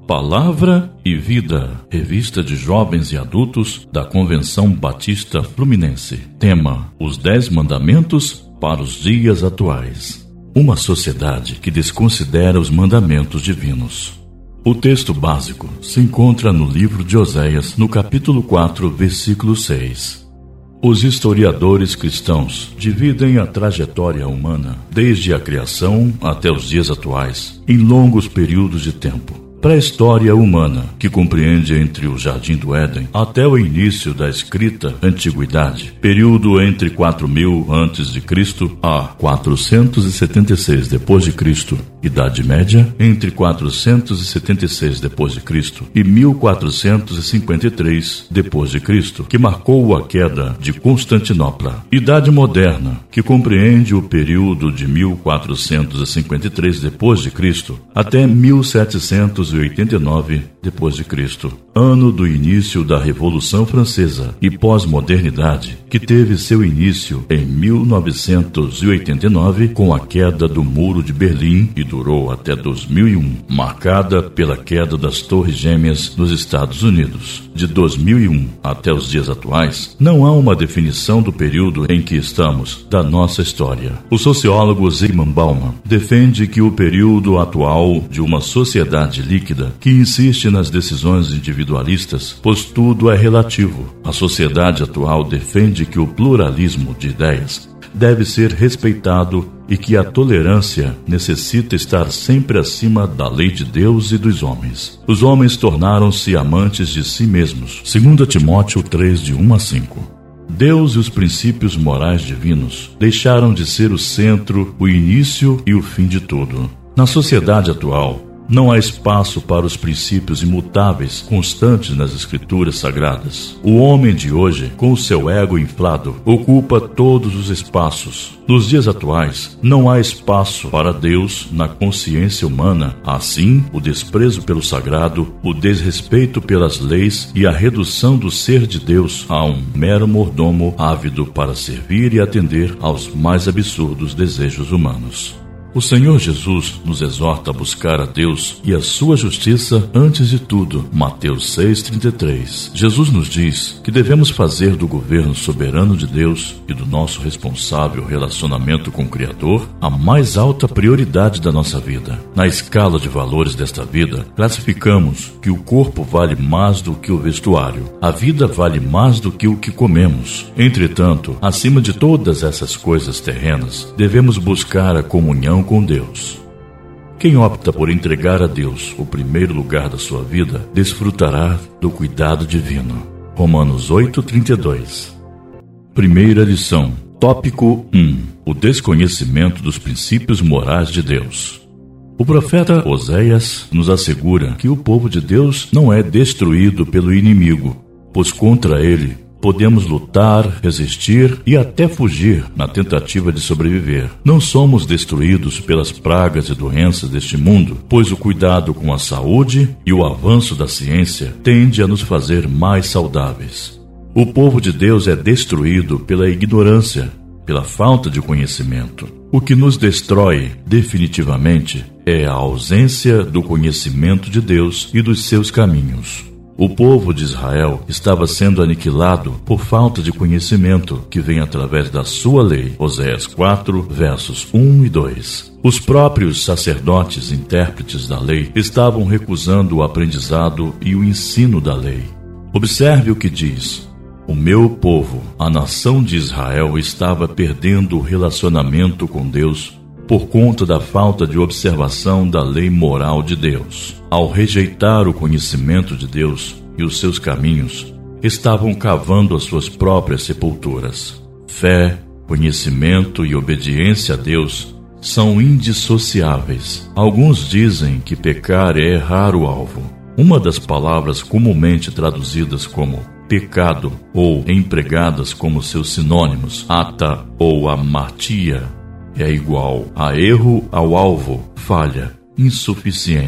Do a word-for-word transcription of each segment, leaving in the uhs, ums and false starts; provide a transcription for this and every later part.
Palavra e Vida, revista de jovens e adultos da Convenção Batista Fluminense. Tema: Os Dez Mandamentos para os Dias Atuais. Uma sociedade que desconsidera os mandamentos divinos. O texto básico se encontra no livro de Oséias, no capítulo quatro, versículo seis. Os historiadores cristãos dividem a trajetória humana, desde a criação até os dias atuais, em longos períodos de tempo. Pré-história humana, que compreende entre o Jardim do Éden até o início da escrita Antiguidade, período entre quatro mil antes de Cristo a quatrocentos e setenta e seis depois de Cristo, Idade Média, entre quatrocentos e setenta e seis depois de Cristo e mil quatrocentos e cinquenta e três depois de Cristo, que marcou a queda de Constantinopla. Idade Moderna, que compreende o período de mil quatrocentos e cinquenta e três depois de Cristo até mil setecentos e oitenta e nove depois de Cristo, ano do início da Revolução Francesa e pós-modernidade, que teve seu início em mil novecentos e oitenta e nove com a queda do Muro de Berlim e durou até dois mil e um, marcada pela queda das Torres Gêmeas nos Estados Unidos. De dois mil e um até os dias atuais, não há uma definição do período em que estamos da nossa história. O sociólogo Zygmunt Bauman defende que o período atual de uma sociedade líquida que insiste nas decisões individualistas, pois tudo é relativo. A sociedade atual defende que o pluralismo de ideias deve ser respeitado e que a tolerância necessita estar sempre acima da lei de Deus e dos homens. Os homens tornaram-se amantes de si mesmos. Segundo Timóteo três, de um a cinco. Deus e os princípios morais divinos deixaram de ser o centro, o início e o fim de tudo. Na sociedade atual, não há espaço para os princípios imutáveis constantes nas escrituras sagradas. O homem de hoje, com o seu ego inflado, ocupa todos os espaços. Nos dias atuais, não há espaço para Deus na consciência humana. Assim, o desprezo pelo sagrado, o desrespeito pelas leis e a redução do ser de Deus a um mero mordomo ávido para servir e atender aos mais absurdos desejos humanos. O Senhor Jesus nos exorta a buscar a Deus e a sua justiça antes de tudo. Mateus seis, trinta e três. Jesus nos diz que devemos fazer do governo soberano de Deus e do nosso responsável relacionamento com o Criador a mais alta prioridade da nossa vida. Na escala de valores desta vida, classificamos que o corpo vale mais do que o vestuário. A vida vale mais do que o que comemos. Entretanto, acima de todas essas coisas terrenas, devemos buscar a comunhão com Deus. Quem opta por entregar a Deus o primeiro lugar da sua vida, desfrutará do cuidado divino. Romanos oito, trinta e dois. Primeira lição. Tópico um. O desconhecimento dos princípios morais de Deus. O profeta Oséias nos assegura que o povo de Deus não é destruído pelo inimigo, pois contra ele podemos lutar, resistir e até fugir na tentativa de sobreviver. Não somos destruídos pelas pragas e doenças deste mundo, pois o cuidado com a saúde e o avanço da ciência tende a nos fazer mais saudáveis. O povo de Deus é destruído pela ignorância, pela falta de conhecimento. O que nos destrói definitivamente é a ausência do conhecimento de Deus e dos seus caminhos. O povo de Israel estava sendo aniquilado por falta de conhecimento que vem através da sua lei. Oséias quatro, versos um e dois. Os próprios sacerdotes intérpretes da lei estavam recusando o aprendizado e o ensino da lei. Observe o que diz: o meu povo, a nação de Israel, estava perdendo o relacionamento com Deus por conta da falta de observação da lei moral de Deus. Ao rejeitar o conhecimento de Deus e os seus caminhos, estavam cavando as suas próprias sepulturas. Fé, conhecimento e obediência a Deus são indissociáveis. Alguns dizem que pecar é errar o alvo. Uma das palavras comumente traduzidas como pecado ou empregadas como seus sinônimos, ata ou amartia, é igual a erro ao alvo, falha, insuficiência.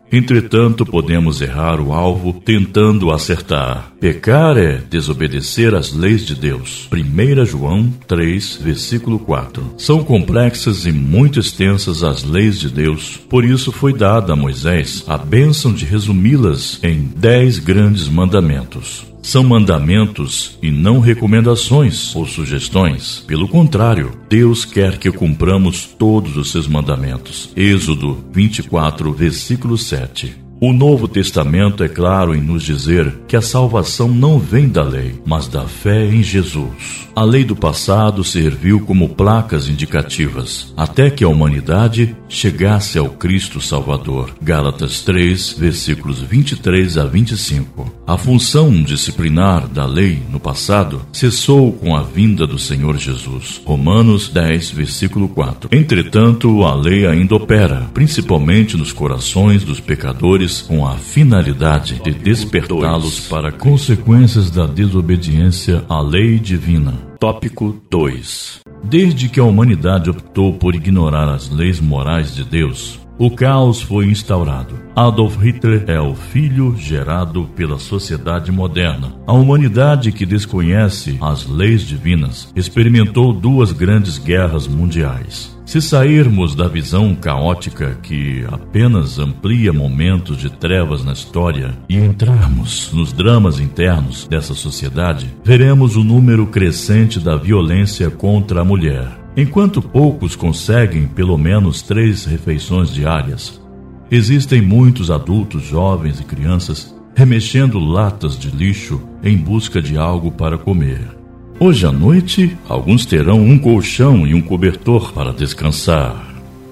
Entretanto, podemos errar o alvo tentando acertar. Pecar é desobedecer às leis de Deus. primeira João três, versículo quatro. São complexas e muito extensas as leis de Deus, por isso foi dada a Moisés a bênção de resumi-las em dez grandes mandamentos. São mandamentos e não recomendações ou sugestões. Pelo contrário, Deus quer que cumpramos todos os seus mandamentos. Êxodo vinte e quatro, versículo sete. O Novo Testamento é claro em nos dizer que a salvação não vem da lei, mas da fé em Jesus. A lei do passado serviu como placas indicativas, até que a humanidade chegasse ao Cristo Salvador. Gálatas três, versículos vinte e três a vinte e cinco. A função disciplinar da lei no passado cessou com a vinda do Senhor Jesus. Romanos dez, versículo quatro. Entretanto, a lei ainda opera, principalmente nos corações dos pecadores, com a finalidade de despertá-los para consequências da desobediência à lei divina. Tópico dois. Desde que a humanidade optou por ignorar as leis morais de Deus, o caos foi instaurado. Adolf Hitler é o filho gerado pela sociedade moderna. A humanidade que desconhece as leis divinas experimentou duas grandes guerras mundiais. Se sairmos da visão caótica que apenas amplia momentos de trevas na história e entrarmos nos dramas internos dessa sociedade, veremos o número crescente da violência contra a mulher. Enquanto poucos conseguem pelo menos três refeições diárias, existem muitos adultos, jovens e crianças remexendo latas de lixo em busca de algo para comer. Hoje à noite, alguns terão um colchão e um cobertor para descansar.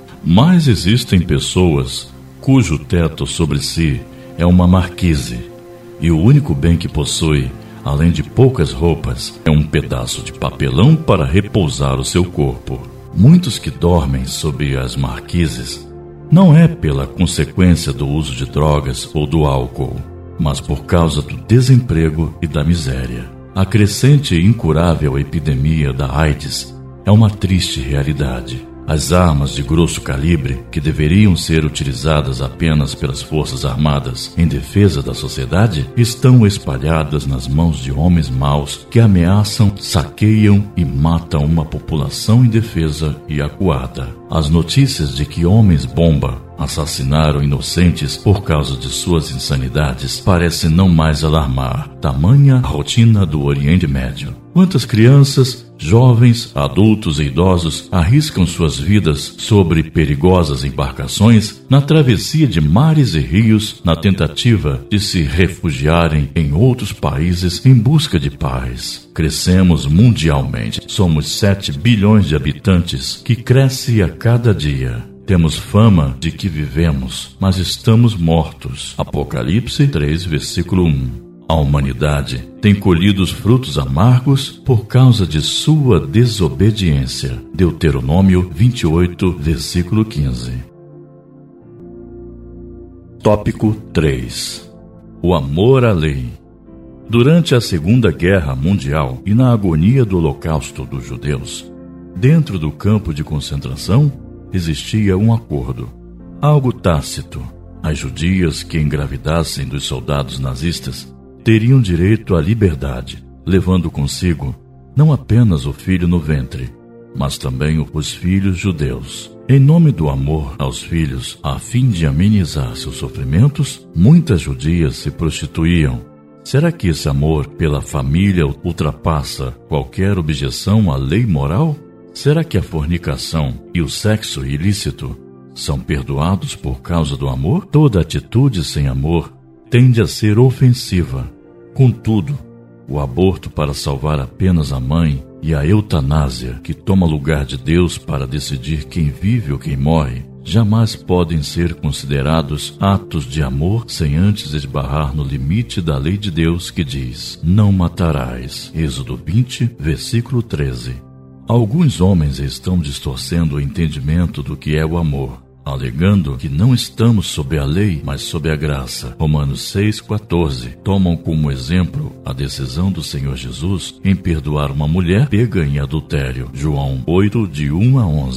Mas existem pessoas cujo teto sobre si é uma marquise, e o único bem que possui, além de poucas roupas, é um pedaço de papelão para repousar o seu corpo. Muitos que dormem sob as marquises não é pela consequência do uso de drogas ou do álcool, mas por causa do desemprego e da miséria. A crescente e incurável epidemia da AIDS é uma triste realidade. As armas de grosso calibre, que deveriam ser utilizadas apenas pelas forças armadas em defesa da sociedade, estão espalhadas nas mãos de homens maus que ameaçam, saqueiam e matam uma população indefesa e acuada. As notícias de que homens-bomba assassinaram inocentes por causa de suas insanidades parecem não mais alarmar, tamanha a rotina do Oriente Médio. Quantas crianças, jovens, adultos e idosos arriscam suas vidas sobre perigosas embarcações na travessia de mares e rios na tentativa de se refugiarem em outros países em busca de paz. Crescemos mundialmente. Somos sete bilhões de habitantes, que cresce a cada dia. Temos fama de que vivemos, mas estamos mortos. Apocalipse três, versículo um. A humanidade tem colhido os frutos amargos por causa de sua desobediência. Deuteronômio vinte e oito, versículo quinze. Tópico três. O amor à lei. Durante a Segunda Guerra Mundial e na agonia do Holocausto dos judeus, dentro do campo de concentração, existia um acordo, algo tácito. As judias que engravidassem dos soldados nazistas teriam direito à liberdade, levando consigo não apenas o filho no ventre, mas também os filhos judeus. Em nome do amor aos filhos, a fim de amenizar seus sofrimentos, muitas judias se prostituíam. Será que esse amor pela família ultrapassa qualquer objeção à lei moral? Será que a fornicação e o sexo ilícito são perdoados por causa do amor? Toda atitude sem amor tende a ser ofensiva. Contudo, o aborto para salvar apenas a mãe e a eutanásia, que toma lugar de Deus para decidir quem vive ou quem morre, jamais podem ser considerados atos de amor sem antes esbarrar no limite da lei de Deus que diz: não matarás. Êxodo vinte, versículo treze. Alguns homens estão distorcendo o entendimento do que é o amor, alegando que não estamos sob a lei, mas sob a graça. Romanos seis, quatorze. Tomam como exemplo a decisão do Senhor Jesus em perdoar uma mulher pega em adultério. João oito, de um a onze.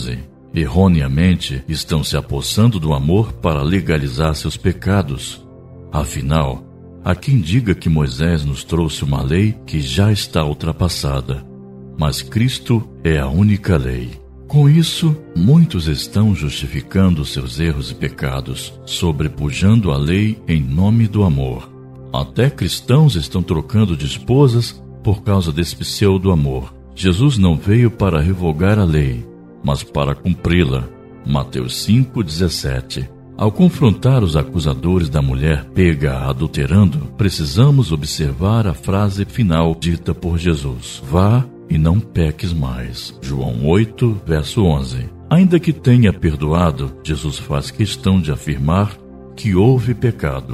erroneamente estão se apossando do amor para legalizar seus pecados. Afinal, há quem diga que Moisés nos trouxe uma lei que já está ultrapassada, mas Cristo é a única lei. Com isso, muitos estão justificando seus erros e pecados, sobrepujando a lei em nome do amor. Até cristãos estão trocando de esposas por causa desse pseudo-amor. Jesus não veio para revogar a lei, mas para cumpri-la. Mateus cinco, dezessete. Ao confrontar os acusadores da mulher pega adulterando, precisamos observar a frase final dita por Jesus: vá e não peques mais. João oito, verso onze. Ainda que tenha perdoado, Jesus faz questão de afirmar que houve pecado.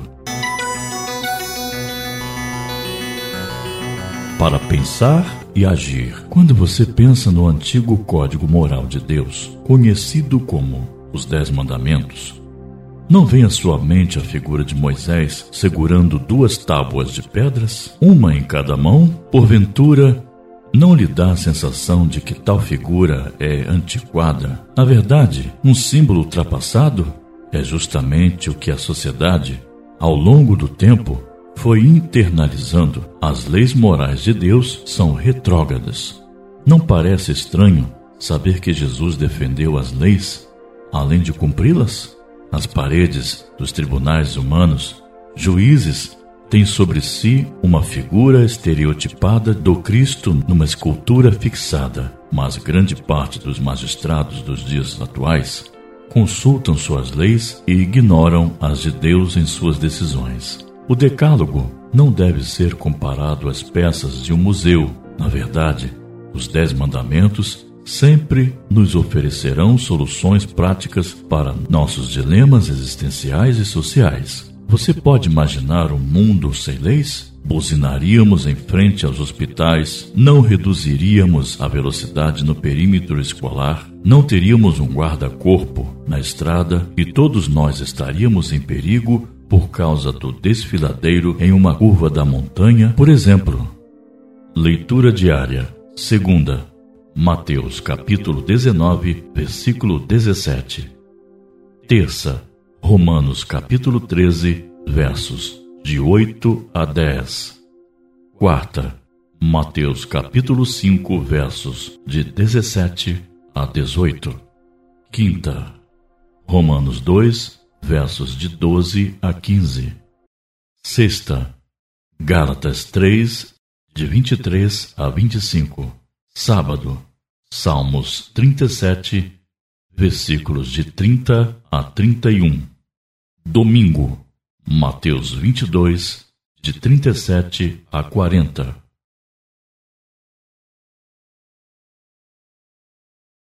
Para pensar e agir. Quando você pensa no antigo código moral de Deus, conhecido como os Dez Mandamentos, não vem à sua mente a figura de Moisés segurando duas tábuas de pedras, uma em cada mão? Porventura, não lhe dá a sensação de que tal figura é antiquada? Na verdade, um símbolo ultrapassado é justamente o que a sociedade, ao longo do tempo, foi internalizando. As leis morais de Deus são retrógradas. Não parece estranho saber que Jesus defendeu as leis, além de cumpri-las? Nas paredes dos tribunais humanos, juízes têm sobre si uma figura estereotipada do Cristo numa escultura fixada, mas grande parte dos magistrados dos dias atuais consultam suas leis e ignoram as de Deus em suas decisões. O Decálogo não deve ser comparado às peças de um museu. Na verdade, os Dez Mandamentos sempre nos oferecerão soluções práticas para nossos dilemas existenciais e sociais. Você pode imaginar um mundo sem leis? Buzinaríamos em frente aos hospitais, não reduziríamos a velocidade no perímetro escolar, não teríamos um guarda-corpo na estrada e todos nós estaríamos em perigo por causa do desfiladeiro em uma curva da montanha, por exemplo. Leitura diária. Segunda, Mateus capítulo dezenove, versículo dezessete. Terça, Romanos capítulo treze, versos de oito a dez. Quarta, Mateus capítulo cinco, versos de dezessete a dezoito. Quinta, Romanos dois, versos de doze a quinze. Sexta, Gálatas três, de vinte e três a vinte e cinco. Sábado, Salmos trinta e sete, versículos de trinta a trinta e um. Domingo, Mateus vinte e dois, de trinta e sete a quarenta.